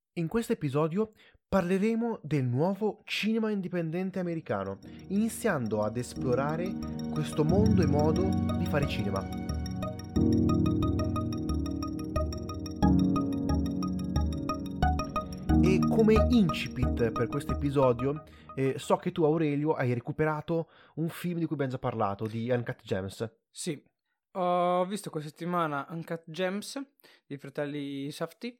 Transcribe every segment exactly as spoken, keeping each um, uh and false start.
In questo episodio parleremo del nuovo cinema indipendente americano, iniziando ad esplorare questo mondo e modo di fare cinema. E come incipit per questo episodio, eh, so che tu, Aurelio, hai recuperato un film di cui abbiamo già parlato, di Uncut Gems. Sì, ho visto questa settimana Uncut Gems dei fratelli Safdie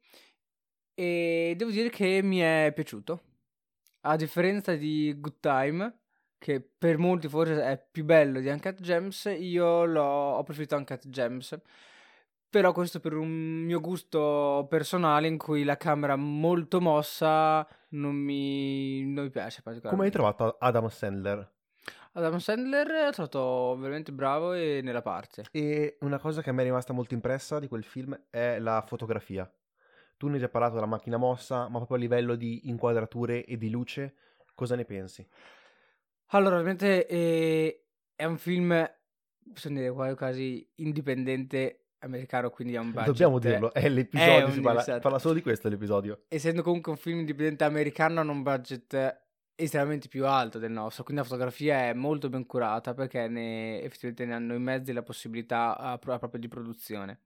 e devo dire che mi è piaciuto. A differenza di Good Time, che per molti forse è più bello di Uncut Gems, io l'ho ho preferito Uncut Gems. Però questo per un mio gusto personale in cui la camera molto mossa non mi, non mi piace Come hai particolarmente. trovato Adam Sandler? Adam Sandler l'ho trovato veramente bravo e nella parte. E una cosa che a me è rimasta molto impressa di quel film è la fotografia. Tu ne hai già parlato della macchina mossa, ma proprio a livello di inquadrature e di luce, cosa ne pensi? Allora, ovviamente eh, è un film, possiamo dire quasi, quasi indipendente americano, quindi ha un budget. Dobbiamo dirlo, è È l'episodio, un si parla, esatto. parla solo di questo l'episodio. Essendo comunque un film indipendente americano, hanno un budget estremamente più alto del nostro, quindi la fotografia è molto ben curata perché ne, effettivamente ne hanno i mezzi e la possibilità a, pro- proprio di produzione.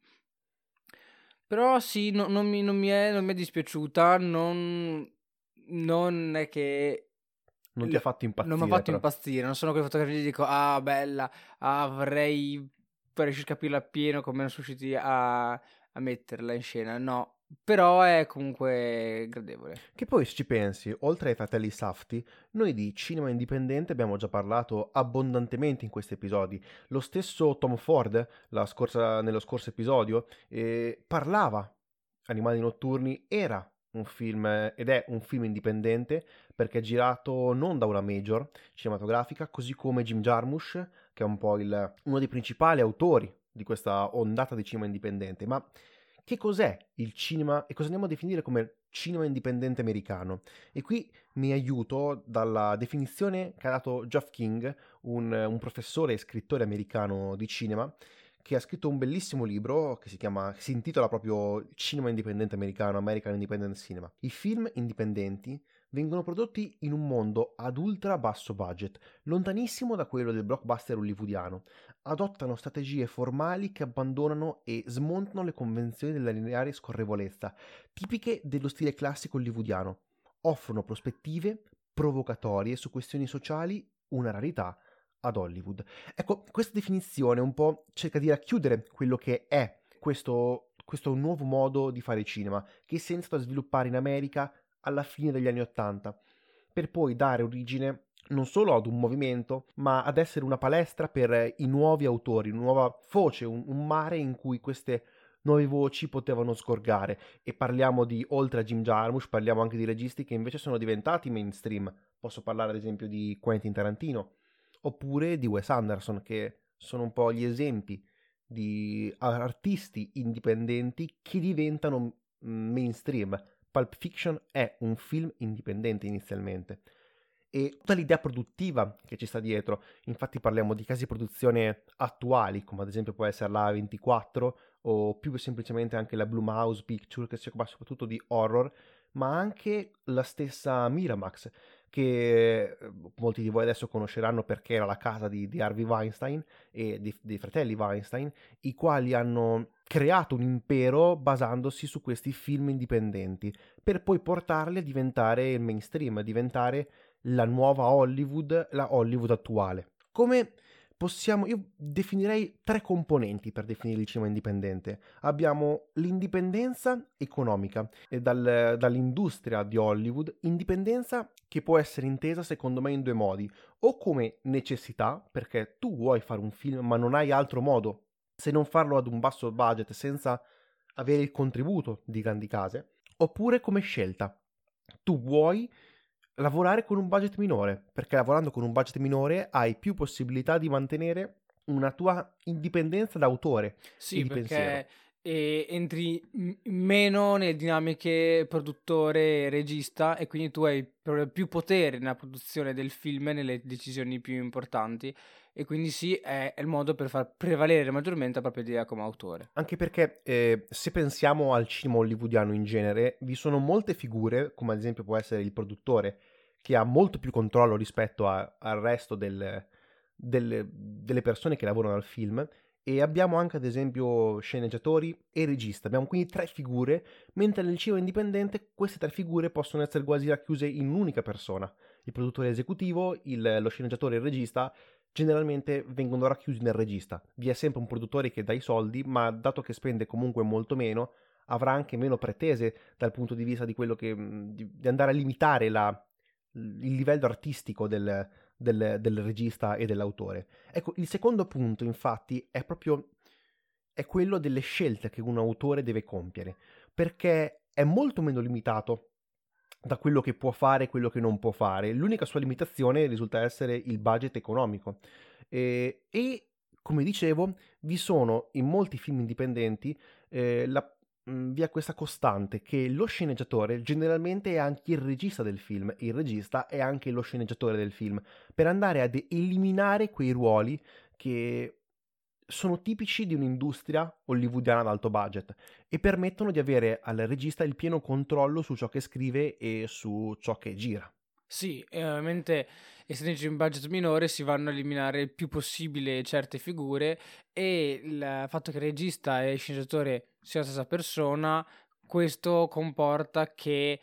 Però sì, no- non, mi, non mi è, non mi è dispiaciuta, non, non è che Non ti L- ha fatto impazzire, non mi ha fatto però. impazzire, non sono quelle fotografie che dico, ah, bella, ah, vorrei, vorrei riuscire a capirla appieno come non sono riusciti a, a metterla in scena, no, però è comunque gradevole. Che poi, se ci pensi, oltre ai fratelli Safdie, noi di cinema indipendente abbiamo già parlato abbondantemente in questi episodi. Lo stesso Tom Ford, la scorsa- nello scorso episodio, eh, parlava. Animali notturni era un film, eh, ed è un film indipendente, perché è girato non da una major cinematografica, così come Jim Jarmusch, che è un po' il- uno dei principali autori di questa ondata di cinema indipendente. Ma che cos'è il cinema e cosa andiamo a definire come cinema indipendente americano? E qui mi aiuto dalla definizione che ha dato Geoff King, un, un professore e scrittore americano di cinema, che ha scritto un bellissimo libro che si chiama, si intitola proprio Cinema indipendente americano, American Independent Cinema. I film indipendenti vengono prodotti in un mondo ad ultra basso budget, lontanissimo da quello del blockbuster hollywoodiano. Adottano strategie formali che abbandonano e smontano le convenzioni della lineare scorrevolezza, tipiche dello stile classico hollywoodiano. Offrono prospettive provocatorie su questioni sociali, una rarità ad Hollywood. Ecco, questa definizione un po' cerca di racchiudere quello che è questo, questo nuovo modo di fare cinema, che si è iniziato a sviluppare in America alla fine degli anni Ottanta, per poi dare origine non solo ad un movimento, ma ad essere una palestra per i nuovi autori, una nuova voce, un, un mare in cui queste nuove voci potevano sgorgare. E parliamo di, oltre a Jim Jarmusch, parliamo anche di registi che invece sono diventati mainstream. Posso parlare ad esempio di Quentin Tarantino, oppure di Wes Anderson, che sono un po' gli esempi di artisti indipendenti che diventano mainstream. Pulp Fiction è un film indipendente inizialmente. E tutta l'idea produttiva che ci sta dietro, infatti parliamo di casi di produzione attuali, come ad esempio può essere la A ventiquattro o più semplicemente anche la Blumhouse Picture, che si occupa soprattutto di horror, ma anche la stessa Miramax, che eh, molti di voi adesso conosceranno perché era la casa di, di Harvey Weinstein e di- dei fratelli Weinstein, i quali hanno creato un impero basandosi su questi film indipendenti, per poi portarli a diventare il mainstream, a diventare la nuova Hollywood, la Hollywood attuale. Come possiamo, io definirei tre componenti per definire il cinema indipendente. Abbiamo l'indipendenza economica e dal, dall'industria di Hollywood, indipendenza che può essere intesa secondo me in due modi, o come necessità, perché tu vuoi fare un film ma non hai altro modo se non farlo ad un basso budget senza avere il contributo di grandi case, oppure come scelta. Tu vuoi lavorare con un budget minore, perché lavorando con un budget minore hai più possibilità di mantenere una tua indipendenza d'autore e Sì, di pensiero. perché e entri m- meno nelle dinamiche produttore e regista, e quindi tu hai pro- più potere nella produzione del film e nelle decisioni più importanti, e quindi sì, è, è il modo per far prevalere maggiormente la propria idea come autore. Anche perché eh, se pensiamo al cinema hollywoodiano in genere, vi sono molte figure, come ad esempio può essere il produttore, che ha molto più controllo rispetto a- al resto del- delle, delle persone che lavorano al film, e abbiamo anche ad esempio sceneggiatori e regista. Abbiamo quindi tre figure, mentre nel cinema indipendente queste tre figure possono essere quasi racchiuse in un'unica persona. Il produttore esecutivo, il- lo sceneggiatore e il regista generalmente vengono racchiusi nel regista. Vi è sempre un produttore che dà i soldi, ma dato che spende comunque molto meno, avrà anche meno pretese dal punto di vista di quello che mh, di, di andare a limitare la, il livello artistico del, del, del regista e dell'autore. Ecco, il secondo punto, infatti, è proprio è quello delle scelte che un autore deve compiere, perché è molto meno limitato da quello che può fare e quello che non può fare. L'unica sua limitazione risulta essere il budget economico. E, e come dicevo, vi sono in molti film indipendenti eh, la, mh, vi è questa costante che lo sceneggiatore generalmente è anche il regista del film, e il regista è anche lo sceneggiatore del film, per andare ad eliminare quei ruoli che sono tipici di un'industria hollywoodiana ad alto budget e permettono di avere al regista il pieno controllo su ciò che scrive e su ciò che gira. Sì, e ovviamente essendoci un budget minore si vanno a eliminare il più possibile certe figure, e il fatto che il regista e il sceneggiatore sia la stessa persona, questo comporta che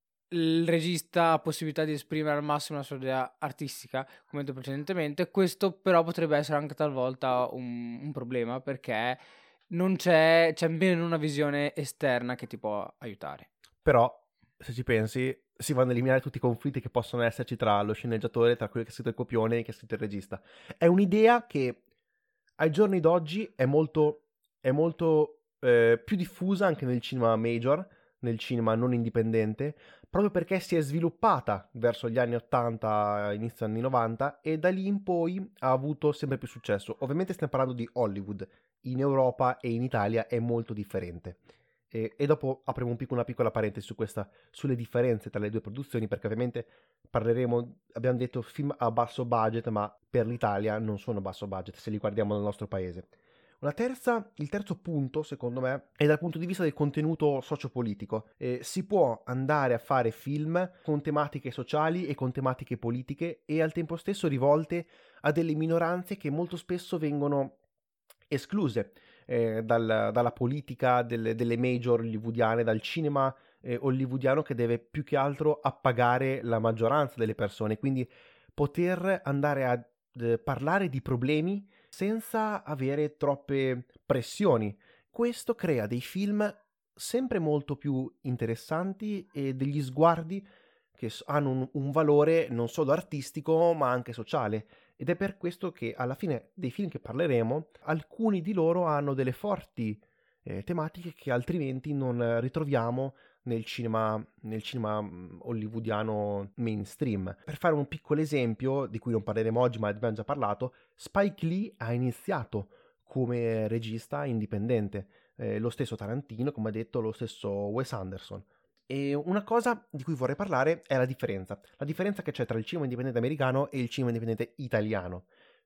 il regista ha possibilità di esprimere al massimo la sua idea artistica, come detto precedentemente. Questo però potrebbe essere anche talvolta un, un problema, perché non c'è, c'è meno una visione esterna che ti può aiutare. Però, se ci pensi, si vanno a eliminare tutti i conflitti che possono esserci tra lo sceneggiatore, tra quello che ha scritto il copione e che ha scritto il regista. È un'idea che ai giorni d'oggi è molto, è molto eh, più diffusa anche nel cinema major, nel cinema non indipendente, proprio perché si è sviluppata verso gli anni ottanta, inizio anni novanta, e da lì in poi ha avuto sempre più successo. Ovviamente stiamo parlando di Hollywood, in Europa e in Italia è molto differente. E, e dopo apriamo un pic- una piccola parentesi su questa, sulle differenze tra le due produzioni, perché ovviamente parleremo, abbiamo detto film a basso budget, ma per l'Italia non sono a basso budget se li guardiamo nel nostro paese. Una terza, il terzo punto, secondo me, è dal punto di vista del contenuto sociopolitico. Eh, si può andare a fare film con tematiche sociali e con tematiche politiche e al tempo stesso rivolte a delle minoranze che molto spesso vengono escluse eh, dal- dalla politica delle, delle major hollywoodiane, dal cinema eh, hollywoodiano che deve più che altro appagare la maggioranza delle persone, quindi poter andare a eh, parlare di problemi senza avere troppe pressioni. Questo crea dei film sempre molto più interessanti e degli sguardi che s- hanno un, un valore non solo artistico ma anche sociale. Ed è per questo che alla fine dei film che parleremo, alcuni di loro hanno delle forti eh, tematiche che altrimenti non eh, ritroviamo nel cinema, nel cinema mm, hollywoodiano mainstream. Per fare un piccolo esempio, di cui non parleremo oggi ma abbiamo già parlato, Spike Lee ha iniziato come regista indipendente, eh, lo stesso Tarantino, come ha detto, lo stesso Wes Anderson. E una cosa di cui vorrei parlare è la differenza. La differenza che c'è tra il cinema indipendente americano e il cinema indipendente italiano.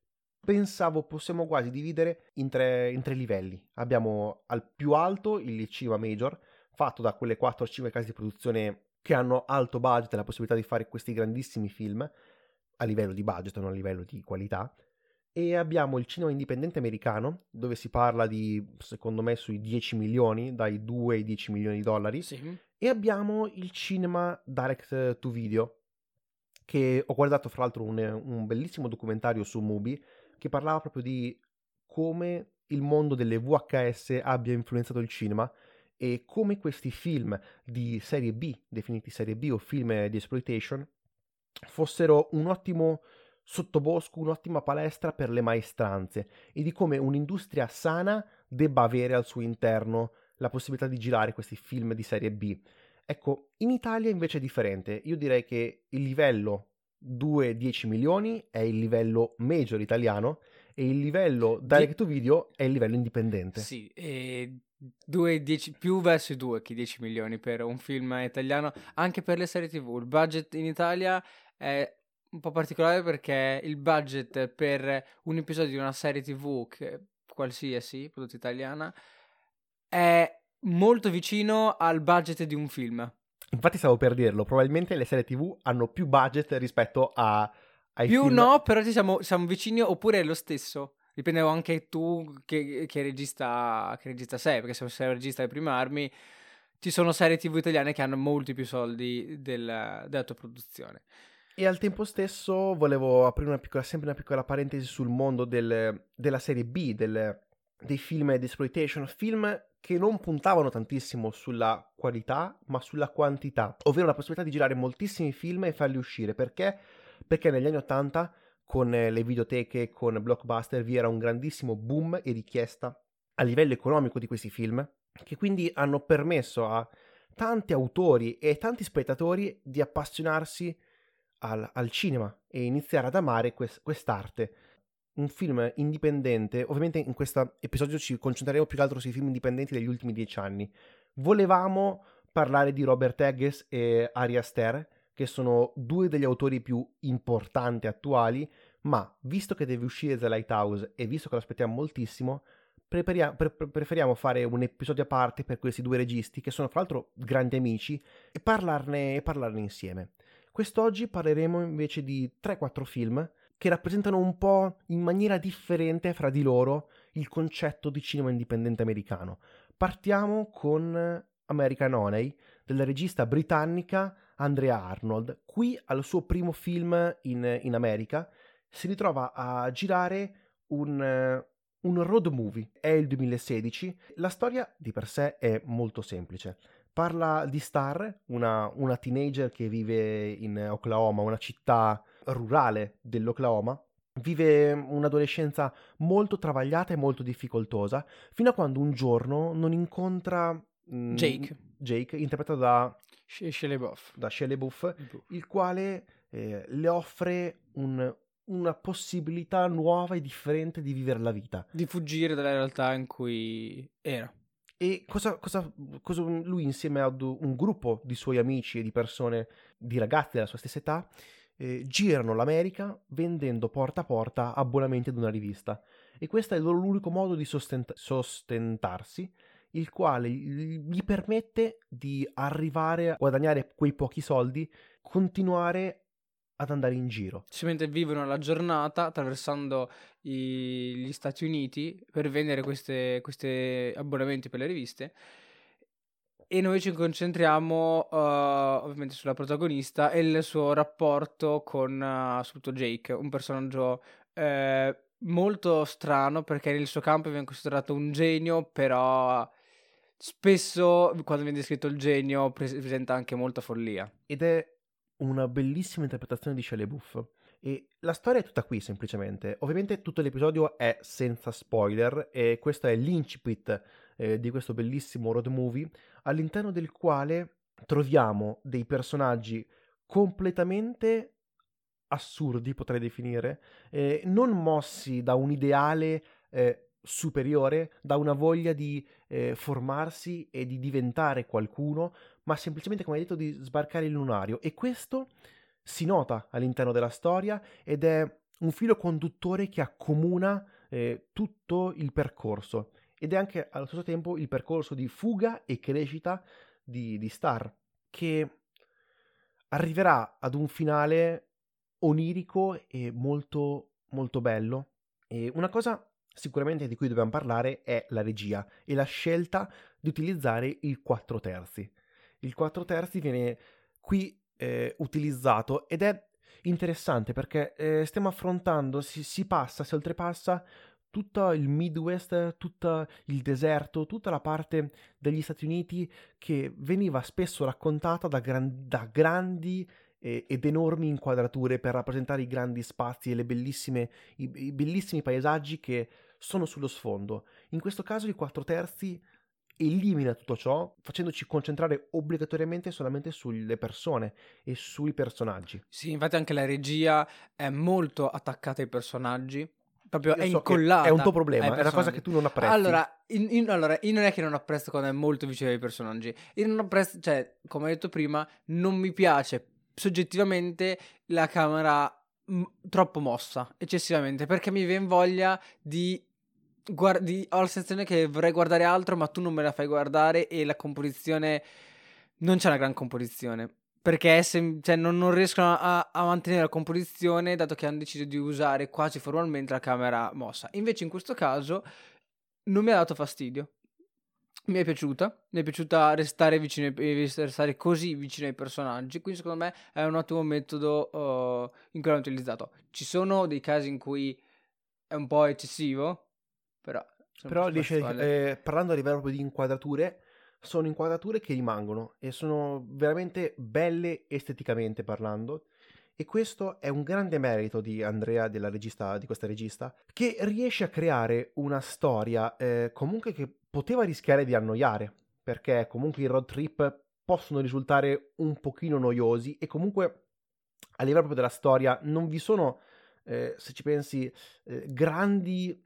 Pensavo possiamo quasi dividere in tre, in tre livelli. Abbiamo al più alto il cinema major, fatto da quelle quattro cinque case di produzione che hanno alto budget e la possibilità di fare questi grandissimi film, a livello di budget, non a livello di qualità. E abbiamo il cinema indipendente americano, dove si parla di, secondo me, sui dieci milioni, dai due ai dieci milioni di dollari. Sì. E abbiamo il cinema direct to video, che ho guardato fra l'altro un, un bellissimo documentario su Mubi, che parlava proprio di come il mondo delle V H S abbia influenzato il cinema e come questi film di serie B, definiti serie B o film di exploitation, fossero un ottimo sottobosco, un'ottima palestra per le maestranze, e di come un'industria sana debba avere al suo interno la possibilità di girare questi film di serie B. Ecco, in Italia invece è differente. Io direi che il livello due dieci milioni è il livello major italiano, e il livello direct to video è il livello indipendente. Sì, e due, dieci, più verso i due che dieci milioni per un film italiano, anche per le serie tivù. Il budget in Italia è un po' particolare perché il budget per un episodio di una serie tivù, che, qualsiasi, prodotta italiana, è molto vicino al budget di un film. Infatti stavo per dirlo, probabilmente le serie tivù hanno più budget rispetto a, ai più film. No, però ci siamo, siamo vicini, oppure è lo stesso. Dipende anche tu che, che regista che regista sei, perché se sei un regista alle prime armi, ci sono serie tivù italiane che hanno molti più soldi del, della tua produzione. E al tempo stesso volevo aprire una piccola, sempre una piccola parentesi sul mondo del, della serie B, del, dei film di exploitation, film che non puntavano tantissimo sulla qualità, ma sulla quantità, ovvero la possibilità di girare moltissimi film e farli uscire. Perché? Perché negli anni ottanta, con le videoteche, con Blockbuster, vi era un grandissimo boom e richiesta a livello economico di questi film, che quindi hanno permesso a tanti autori e tanti spettatori di appassionarsi al, al cinema e iniziare ad amare quest, quest'arte. Un film indipendente, ovviamente in questo episodio ci concentreremo più che altro sui film indipendenti degli ultimi dieci anni. Volevamo parlare di Robert Eggers e Ari Aster, che sono due degli autori più importanti attuali, ma visto che deve uscire The Lighthouse e visto che lo aspettiamo moltissimo, preferiamo, pre- preferiamo fare un episodio a parte per questi due registi, che sono fra l'altro grandi amici, e parlarne, e parlarne insieme. Quest'oggi parleremo invece di tre quattro film che rappresentano un po' in maniera differente fra di loro il concetto di cinema indipendente americano. Partiamo con American Honey, della regista britannica Andrea Arnold. Qui al suo primo film in, in America si ritrova a girare un, un road movie. È il duemilasedici. La storia di per sé è molto semplice. Parla di Star, una, una teenager che vive in Oklahoma, una città rurale dell'Oklahoma. Vive un'adolescenza molto travagliata e molto difficoltosa, fino a quando un giorno non incontra mh, Jake. Jake, interpretato da Shia LaBeouf, da Shia LaBeouf, il quale eh, le offre un, una possibilità nuova e differente di vivere la vita. Di fuggire dalla realtà in cui era. E cosa, cosa, cosa lui, insieme ad un gruppo di suoi amici e di persone, di ragazzi della sua stessa età, eh, girano l'America vendendo porta a porta abbonamenti ad una rivista. E questo è il loro unico modo di sostent- sostentarsi, il quale gli permette di arrivare a guadagnare quei pochi soldi, continuare ad andare in giro. Semplicemente vivono la giornata attraversando i, gli Stati Uniti per vendere queste, queste abbonamenti per le riviste, e noi ci concentriamo uh, ovviamente sulla protagonista e il suo rapporto con uh, soprattutto Jake, un personaggio uh, molto strano perché nel suo campo viene considerato un genio, però spesso quando viene descritto il genio presenta anche molta follia. Ed è una bellissima interpretazione di Shia LaBeouf. E la storia è tutta qui, semplicemente. Ovviamente tutto l'episodio è senza spoiler e questo è l'incipit eh, di questo bellissimo road movie, all'interno del quale troviamo dei personaggi completamente assurdi, potrei definire, eh, non mossi da un ideale eh, superiore, da una voglia di eh, formarsi e di diventare qualcuno, ma semplicemente, come hai detto, di sbarcare il lunario. E questo si nota all'interno della storia ed è un filo conduttore che accomuna eh, tutto il percorso, ed è anche allo stesso tempo il percorso di fuga e crescita di, di Star, che arriverà ad un finale onirico e molto molto bello. E una cosa sicuramente di cui dobbiamo parlare è la regia e la scelta di utilizzare il quattro terzi. Il quattro terzi viene qui eh, utilizzato ed è interessante perché eh, stiamo affrontando, si, si passa, si oltrepassa tutto il Midwest, tutto il deserto, tutta la parte degli Stati Uniti che veniva spesso raccontata da, gran- da grandi eh, ed enormi inquadrature per rappresentare i grandi spazi e le bellissime, i, i bellissimi paesaggi che sono sullo sfondo. In questo caso i quattro terzi elimina tutto ciò, facendoci concentrare obbligatoriamente solamente sulle persone e sui personaggi. Sì, infatti anche la regia è molto attaccata ai personaggi, proprio Io è so che incollata. è un tuo problema, ai è una cosa personaggi. che tu non apprezzi. Allora, in- in- allora, io non è che non apprezzo quando è molto vicino ai personaggi. Io non apprezzo, cioè, come ho detto prima, non mi piace soggettivamente la camera m- troppo mossa, eccessivamente, perché mi viene voglia di, guard- di- ho la sensazione che vorrei guardare altro, ma tu non me la fai guardare e la composizione non c'è una gran composizione. Perché è sem- cioè, non, non riescono a, a mantenere la composizione, dato che hanno deciso di usare quasi formalmente la camera mossa. Invece in questo caso non mi ha dato fastidio. Mi è piaciuta, mi è piaciuta restare vicino ai, restare così vicino ai personaggi, quindi secondo me è un ottimo metodo uh, in cui l'hanno utilizzato. Ci sono dei casi in cui è un po' eccessivo, però sono Però abbastanza riesce, validi. eh, parlando a livello proprio di inquadrature, sono inquadrature che rimangono e sono veramente belle esteticamente parlando. E questo è un grande merito di Andrea, della regista, di questa regista, che riesce a creare una storia eh, comunque che poteva rischiare di annoiare, perché comunque i road trip possono risultare un pochino noiosi e comunque a livello proprio della storia non vi sono, eh, se ci pensi, eh, grandi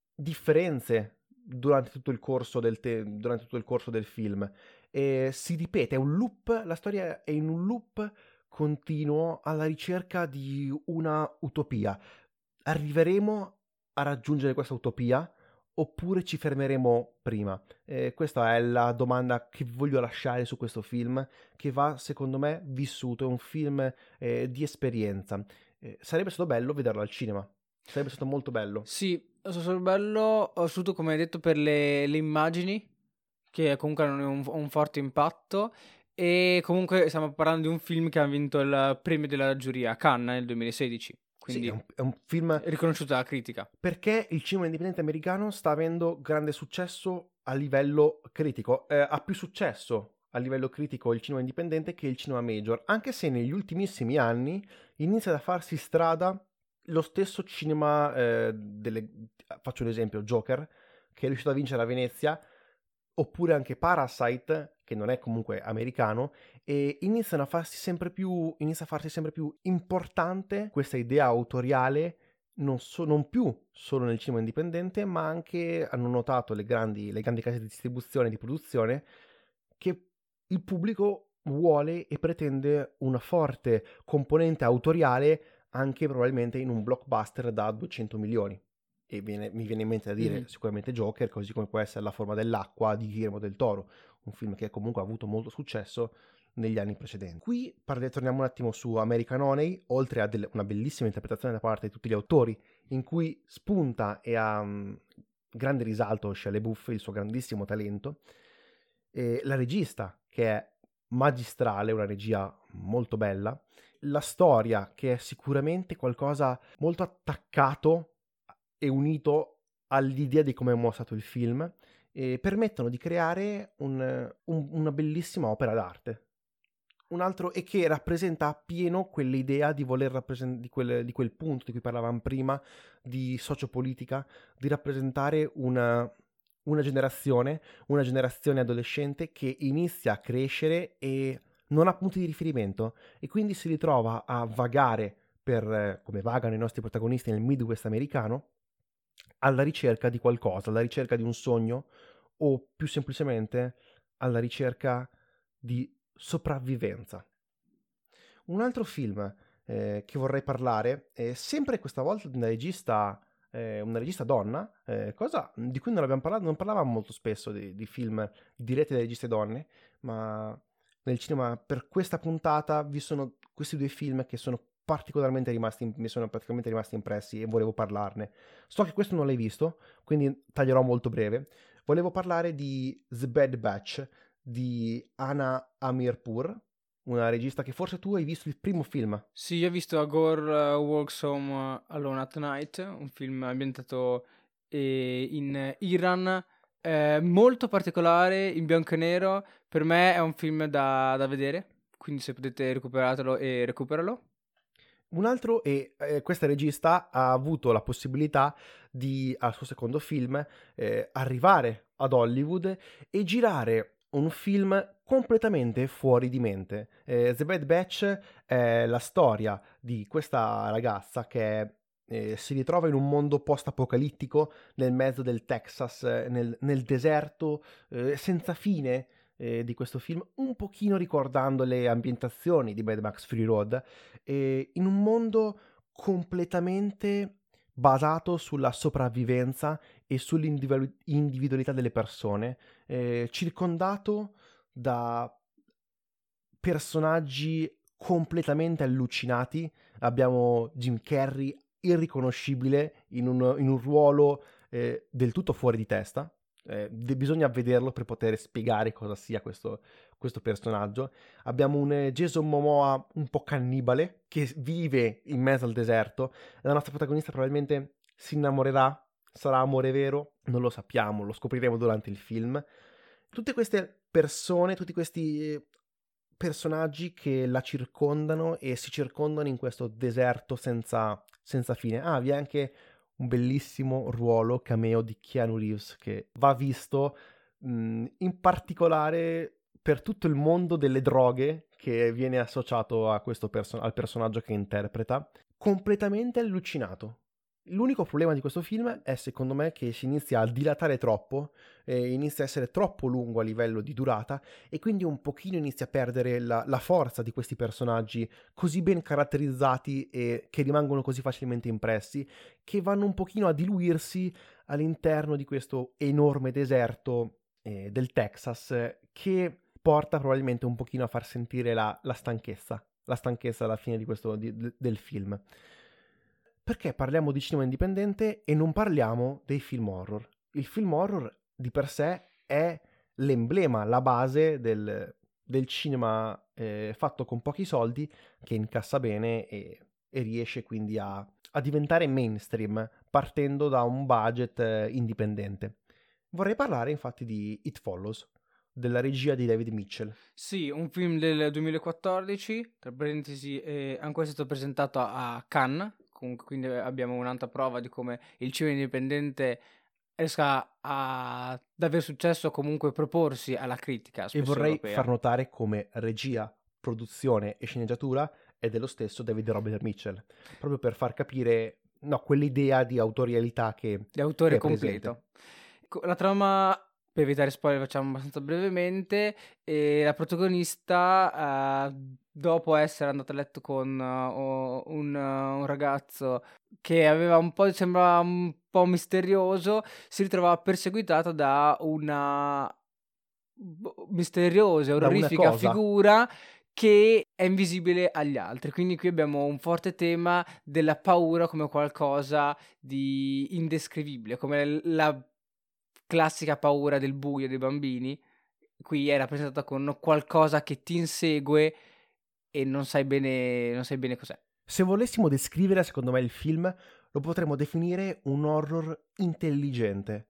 differenze durante tutto il corso del, te- durante tutto il corso del film. E si ripete, è un loop, la storia è in un loop continuo alla ricerca di una utopia. Arriveremo a raggiungere questa utopia oppure ci fermeremo prima? Eh, questa è la domanda che voglio lasciare su questo film, che va, secondo me, vissuto. È un film eh, di esperienza. Eh, sarebbe stato bello vederlo al cinema. Sarebbe stato molto bello. Sì, sono bello, soprattutto come hai detto per le, le immagini, che comunque hanno un, un forte impatto. E comunque stiamo parlando di un film che ha vinto il premio della giuria a Cannes nel duemilasedici, Sì, è quindi un, è un film riconosciuta dalla critica. perché il cinema indipendente americano sta avendo grande successo a livello critico. Eh, ha più successo a livello critico il cinema indipendente che il cinema major, anche se negli ultimissimi anni inizia a farsi strada lo stesso cinema eh, delle... Faccio un esempio, Joker, che è riuscito a vincere a Venezia, oppure anche Parasite, che non è comunque americano, e iniziano a farsi sempre più, inizia a farsi sempre più importante questa idea autoriale, non, so, non più solo nel cinema indipendente, ma anche hanno notato le grandi, le grandi case di distribuzione e di produzione che il pubblico vuole e pretende una forte componente autoriale anche probabilmente in un blockbuster da duecento milioni. E viene, mi viene in mente da dire Mhm. sicuramente Joker, così come può essere La forma dell'acqua di Guillermo del Toro, un film che comunque ha avuto molto successo negli anni precedenti. Qui parli, torniamo un attimo su American Honey, oltre a delle, una bellissima interpretazione da parte di tutti gli autori, in cui spunta e ha um, grande risalto Shia LaBeouf, il suo grandissimo talento, e la regista, che è magistrale, una regia molto bella, la storia, che è sicuramente qualcosa molto attaccato e unito all'idea di come è mostrato il film, e permettono di creare un, un, una bellissima opera d'arte. Un altro, e che rappresenta appieno quell'idea di voler rappresentare, di quel, di quel punto di cui parlavamo prima, di sociopolitica, di rappresentare una, una generazione, una generazione adolescente che inizia a crescere e non ha punti di riferimento e quindi si ritrova a vagare per, eh, come vagano i nostri protagonisti nel Midwest americano, alla ricerca di qualcosa, alla ricerca di un sogno o più semplicemente alla ricerca di sopravvivenza. Un altro film eh, che vorrei parlare è sempre questa volta di una regista, eh, una regista donna, eh, cosa di cui non abbiamo parlato, non parlavamo molto spesso di, di film diretti da registe donne, ma nel cinema per questa puntata vi sono questi due film che sono particolarmente rimasti, mi sono praticamente rimasti impressi e volevo parlarne. So che questo non l'hai visto, quindi taglierò molto breve. Volevo parlare di The Bad Batch di Ana Amirpour, una regista che forse tu hai visto il primo film. Sì, io ho visto A Gore uh, Walks Home uh, Alone at Night, un film ambientato eh, in Iran, eh, molto particolare, in bianco e nero. Per me è un film da, da vedere, quindi se potete recuperatelo e recuperalo. Un altro, e eh, questa regista ha avuto la possibilità di, al suo secondo film, eh, arrivare ad Hollywood e girare un film completamente fuori di mente. Eh, The Bad Batch è la storia di questa ragazza che è eh, si ritrova in un mondo post-apocalittico nel mezzo del Texas, eh, nel, nel deserto eh, senza fine eh, di questo film, un pochino ricordando le ambientazioni di Mad Max Fury Road, eh, in un mondo completamente basato sulla sopravvivenza e sull'individualità delle persone, eh, circondato da personaggi completamente allucinati. Abbiamo Jim Carrey irriconoscibile in un, in un ruolo eh, del tutto fuori di testa. Eh, de- bisogna vederlo per poter spiegare cosa sia questo, questo personaggio. Abbiamo un eh, Jason Momoa un po' cannibale che vive in mezzo al deserto. La nostra protagonista probabilmente si innamorerà, sarà amore vero, non lo sappiamo, lo scopriremo durante il film. Tutte queste persone, tutti questi eh, personaggi che la circondano e si circondano in questo deserto senza, senza fine. Ah, vi è anche un bellissimo ruolo cameo di Keanu Reeves che va visto mh, in particolare per tutto il mondo delle droghe che viene associato a questo perso- al personaggio che interpreta, completamente allucinato. L'unico problema di questo film è, secondo me, che si inizia a dilatare troppo, eh, inizia a essere troppo lungo a livello di durata e quindi un pochino inizia a perdere la, la forza di questi personaggi così ben caratterizzati e che rimangono così facilmente impressi, che vanno un pochino a diluirsi all'interno di questo enorme deserto eh, del Texas, eh, che porta probabilmente un pochino a far sentire la, la stanchezza, la stanchezza alla fine di questo, di, del film. Perché parliamo di cinema indipendente e non parliamo dei film horror? Il film horror di per sé è l'emblema, la base del, del cinema eh, fatto con pochi soldi, che incassa bene e, e riesce quindi a, a diventare mainstream partendo da un budget eh, indipendente. Vorrei parlare infatti di It Follows, della regia di David Mitchell. Sì, un film del duemilaquattordici, tra parentesi, è ancora stato presentato a Cannes, comunque quindi abbiamo un'altra prova di come il cinema indipendente riesca a ad avere successo o comunque proporsi alla critica, E spesso vorrei europea. far notare come regia, produzione e sceneggiatura è dello stesso David Robert Mitchell, proprio per far capire, no, quell'idea di autorialità che, Di autore che è presente. completo. Co- La trama, per evitare spoiler, facciamo abbastanza brevemente. E la protagonista, eh, dopo essere andata a letto con eh, o- un, eh, un ragazzo che aveva un po', sembrava un po' misterioso, si ritrovava perseguitata da una boh, misteriosa e Da una orrorifica cosa, figura che è invisibile agli altri. Quindi qui abbiamo un forte tema della paura come qualcosa di indescrivibile, come l- la classica paura del buio dei bambini. Qui è rappresentata con qualcosa che ti insegue e non sai bene, non sai bene cos'è. se volessimo descrivere secondo me il film, lo potremmo definire un horror intelligente.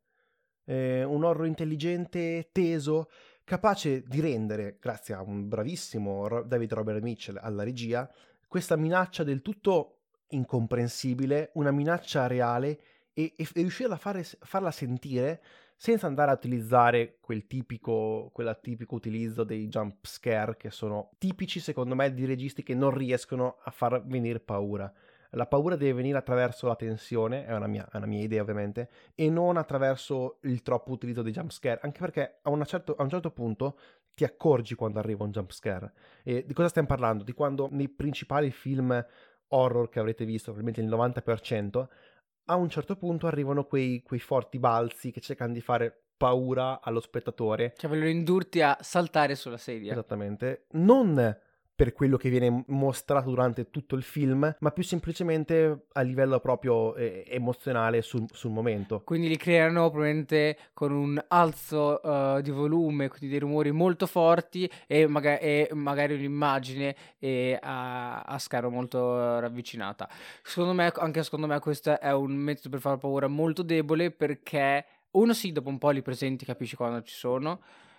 Eh, un horror intelligente, teso, capace di rendere, grazie a un bravissimo Ro- David Robert Mitchell alla regia, questa minaccia del tutto incomprensibile, una minaccia reale e, e riuscire a fare, farla sentire senza andare a utilizzare quel tipico, quella tipico utilizzo dei jump scare che sono tipici secondo me di registi che non riescono a far venire paura. La paura deve venire attraverso la tensione, è una mia, è una mia idea ovviamente, e non attraverso il troppo utilizzo dei jump scare, anche perché a, una certo, a un certo punto ti accorgi quando arriva un jump scare. E di cosa stiamo parlando? Di quando nei principali film horror che avrete visto, probabilmente il novanta per cento, a un certo punto arrivano quei, quei forti balzi che cercano di fare paura allo spettatore. Cioè vogliono indurti a saltare sulla sedia. Esattamente. Non per quello che viene mostrato durante tutto il film, ma più semplicemente a livello proprio eh, emozionale sul, sul momento. Quindi li creano probabilmente con un alzo uh, di volume, quindi dei rumori molto forti e, maga- e magari un'immagine eh, a, a scaro molto uh, ravvicinata. Secondo me, anche secondo me, questo è un metodo per fare paura molto debole perché, uno, sì, dopo un po' li presenti, capisci quando ci sono.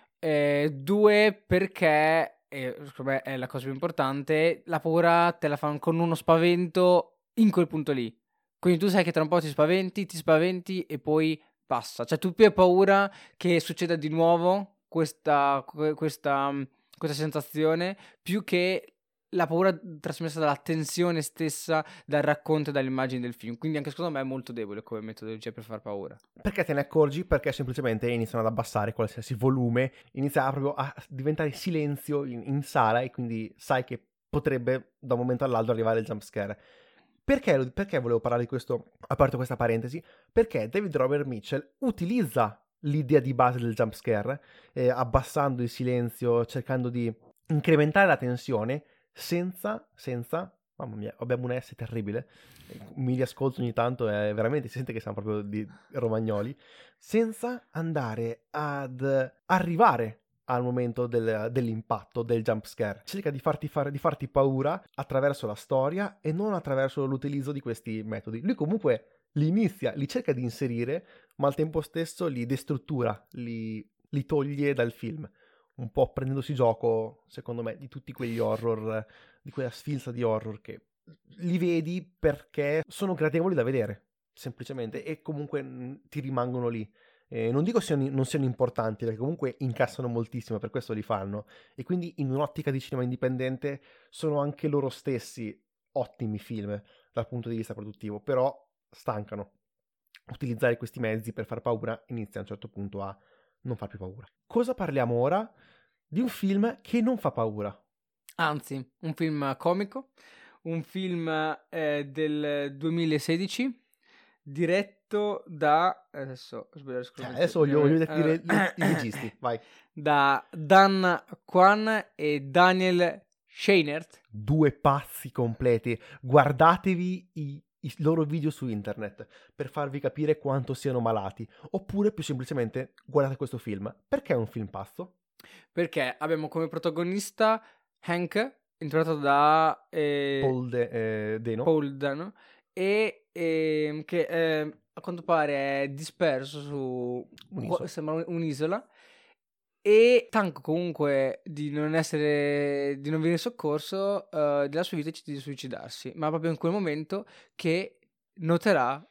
Eh, due, perché, e secondo me è la cosa più importante, la paura te la fanno con uno spavento in quel punto lì. Quindi tu sai che tra un po' ti spaventi, ti spaventi e poi passa. Cioè tu più hai paura che succeda di nuovo questa, que- questa, mm, questa sensazione, più che la paura trasmessa dalla tensione stessa, dal racconto e dalle immagini del film. Quindi anche secondo me è molto debole come metodologia per far paura. Perché te ne accorgi? Perché semplicemente iniziano ad abbassare qualsiasi volume, inizia proprio a diventare silenzio in, in sala, e quindi sai che potrebbe da un momento all'altro arrivare il jumpscare. Perché, perché volevo parlare di questo, a parte questa parentesi? Perché David Robert Mitchell utilizza l'idea di base del jumpscare, eh, abbassando il silenzio, cercando di incrementare la tensione, senza, senza, mamma mia, abbiamo un S terribile, mi riascolto ogni tanto e veramente si sente che siamo proprio di romagnoli, senza andare ad arrivare al momento del, dell'impatto, del jump scare. Cerca di farti, fare, di farti paura attraverso la storia e non attraverso l'utilizzo di questi metodi. Lui comunque li inizia, li cerca di inserire, ma al tempo stesso li destruttura, li, li toglie dal film, un po' prendendosi gioco, secondo me, di tutti quegli horror, di quella sfilza di horror che li vedi perché sono gradevoli da vedere, semplicemente, e comunque mh, ti rimangono lì. Eh, non dico siano, non siano importanti, perché comunque incassano moltissimo, per questo li fanno, e quindi in un'ottica di cinema indipendente sono anche loro stessi ottimi film dal punto di vista produttivo, però stancano. Utilizzare questi mezzi per far paura inizia a un certo punto a non far più paura. Cosa parliamo ora? Di un film che non fa paura. Anzi, un film comico, un film eh, del duemilasedici, diretto da adesso, sbaglio, cioè, adesso voglio, voglio dire uh, i registi, vai. Da Dan Kwan e Daniel Scheinert. Due pazzi completi. Guardatevi i, i loro video su internet per farvi capire quanto siano malati, oppure più semplicemente guardate questo film. Perché è un film pazzo? Perché abbiamo come protagonista Hank, interpretato da eh, Paul De, eh, Dano. Paul Dano, e eh, che eh, a quanto pare è disperso su un'isola. Sembra un'isola, e stanco comunque di non essere, di non venire soccorso uh, della sua vita, decide di suicidarsi, ma proprio in quel momento che noterà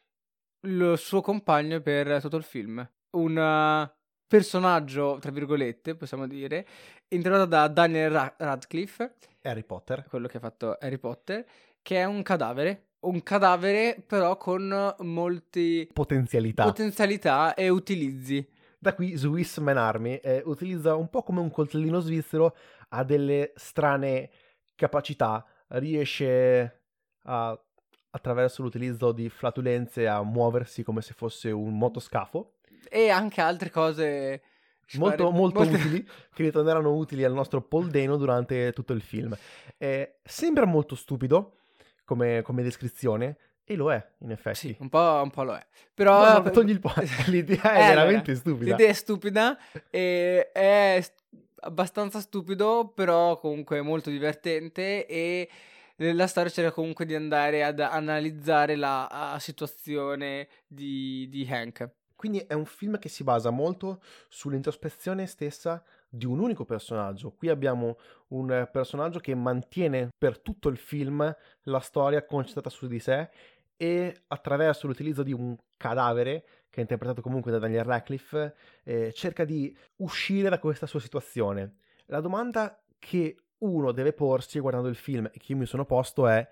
il suo compagno per tutto il film, un uh, personaggio tra virgolette possiamo dire, interpretato da Daniel Ra- Radcliffe, Harry Potter, quello che ha fatto Harry Potter, che è un cadavere, un cadavere però con molti potenzialità, potenzialità e utilizzi. Da qui Swiss Man Army eh, utilizza un po' come un coltellino svizzero, ha delle strane capacità, riesce a, attraverso l'utilizzo di flatulenze a muoversi come se fosse un motoscafo. E anche altre cose molto, fare... molto molte... utili, che ritorneranno utili al nostro Paul Dano durante tutto il film. Eh, sembra molto stupido come, come descrizione, e lo è, in effetti. Sì, un po', un po' lo è. Però... No, no, togli il po'. L'idea è eh, veramente allora, stupida. L'idea è stupida, e è abbastanza stupido, però comunque molto divertente, e la storia cerca comunque di andare ad analizzare la, la situazione di, di Hank. Quindi è un film che si basa molto sull'introspezione stessa di un unico personaggio. Qui abbiamo un personaggio che mantiene per tutto il film la storia concentrata su di sé, e attraverso l'utilizzo di un cadavere, che è interpretato comunque da Daniel Radcliffe, eh, cerca di uscire da questa sua situazione. La domanda che uno deve porsi guardando il film, e che io mi sono posto, è: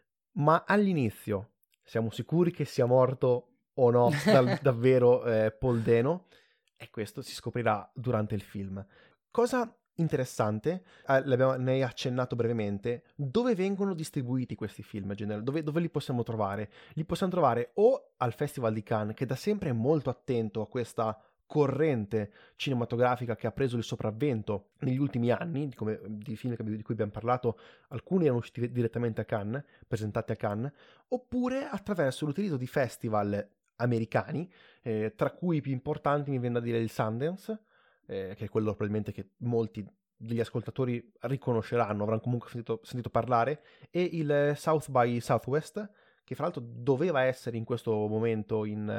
ma all'inizio siamo sicuri che sia morto o no dal, davvero eh, Paul Dano? E questo si scoprirà durante il film. Cosa interessante, eh, ne hai accennato brevemente, dove vengono distribuiti questi film in generale? Dove, dove li possiamo trovare? Li possiamo trovare o al Festival di Cannes, che da sempre è molto attento a questa corrente cinematografica che ha preso il sopravvento negli ultimi anni, di, come, di film di cui abbiamo parlato. Alcuni erano usciti direttamente a Cannes, presentati a Cannes, oppure attraverso l'utilizzo di festival americani, eh, tra cui i più importanti mi viene da dire il Sundance, eh, che è quello probabilmente che molti degli ascoltatori riconosceranno, avranno comunque sentito, sentito parlare, e il South by Southwest, che fra l'altro doveva essere in questo momento in,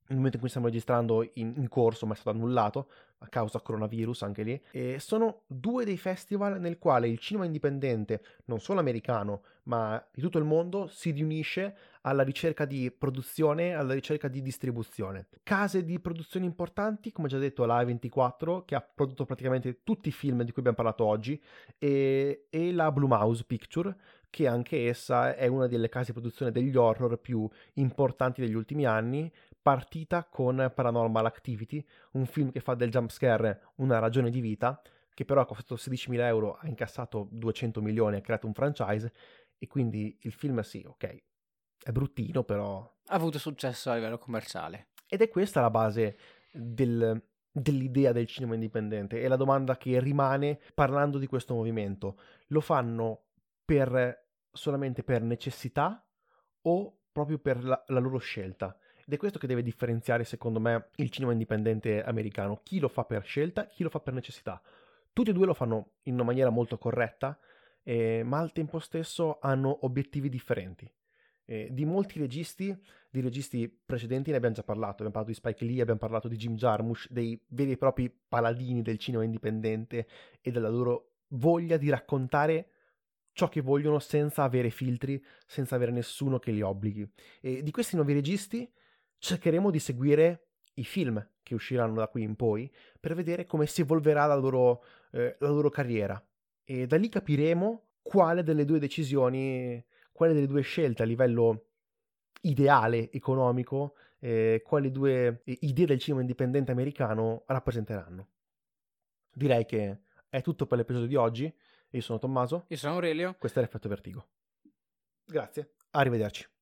nel momento in cui stiamo registrando in, in corso, ma è stato annullato a causa coronavirus anche lì, e sono due dei festival nel quale il cinema indipendente, non solo americano, ma di tutto il mondo, si riunisce alla ricerca di produzione, alla ricerca di distribuzione. Case di produzione importanti, come già detto, la A ventiquattro, che ha prodotto praticamente tutti i film di cui abbiamo parlato oggi, e, e la Blumhouse Picture, che anche essa è una delle case di produzione degli horror più importanti degli ultimi anni, partita con Paranormal Activity, un film che fa del jumpscare una ragione di vita, che però ha costato sedicimila euro, ha incassato duecento milioni, ha creato un franchise, e quindi il film sì, ok, è bruttino, però... Ha avuto successo a livello commerciale. Ed è questa la base del, dell'idea del cinema indipendente, è la domanda che rimane parlando di questo movimento. Lo fanno per, solamente per necessità o proprio per la, la loro scelta? Ed è questo che deve differenziare, secondo me, il cinema indipendente americano. Chi lo fa per scelta, chi lo fa per necessità. Tutti e due lo fanno in una maniera molto corretta, eh, ma al tempo stesso hanno obiettivi differenti. Eh, di molti registi, di registi precedenti ne abbiamo già parlato. Abbiamo parlato di Spike Lee, abbiamo parlato di Jim Jarmusch, dei veri e propri paladini del cinema indipendente e della loro voglia di raccontare ciò che vogliono senza avere filtri, senza avere nessuno che li obblighi. E di questi nuovi registi cercheremo di seguire i film che usciranno da qui in poi per vedere come si evolverà la loro, eh, la loro carriera. E da lì capiremo quale delle due decisioni, quale delle due scelte a livello ideale economico, eh, quali due idee del cinema indipendente americano rappresenteranno. Direi che è tutto per l'episodio di oggi. Io sono Tommaso. Io sono Aurelio. Questo è l'Effetto Vertigo. Grazie, arrivederci.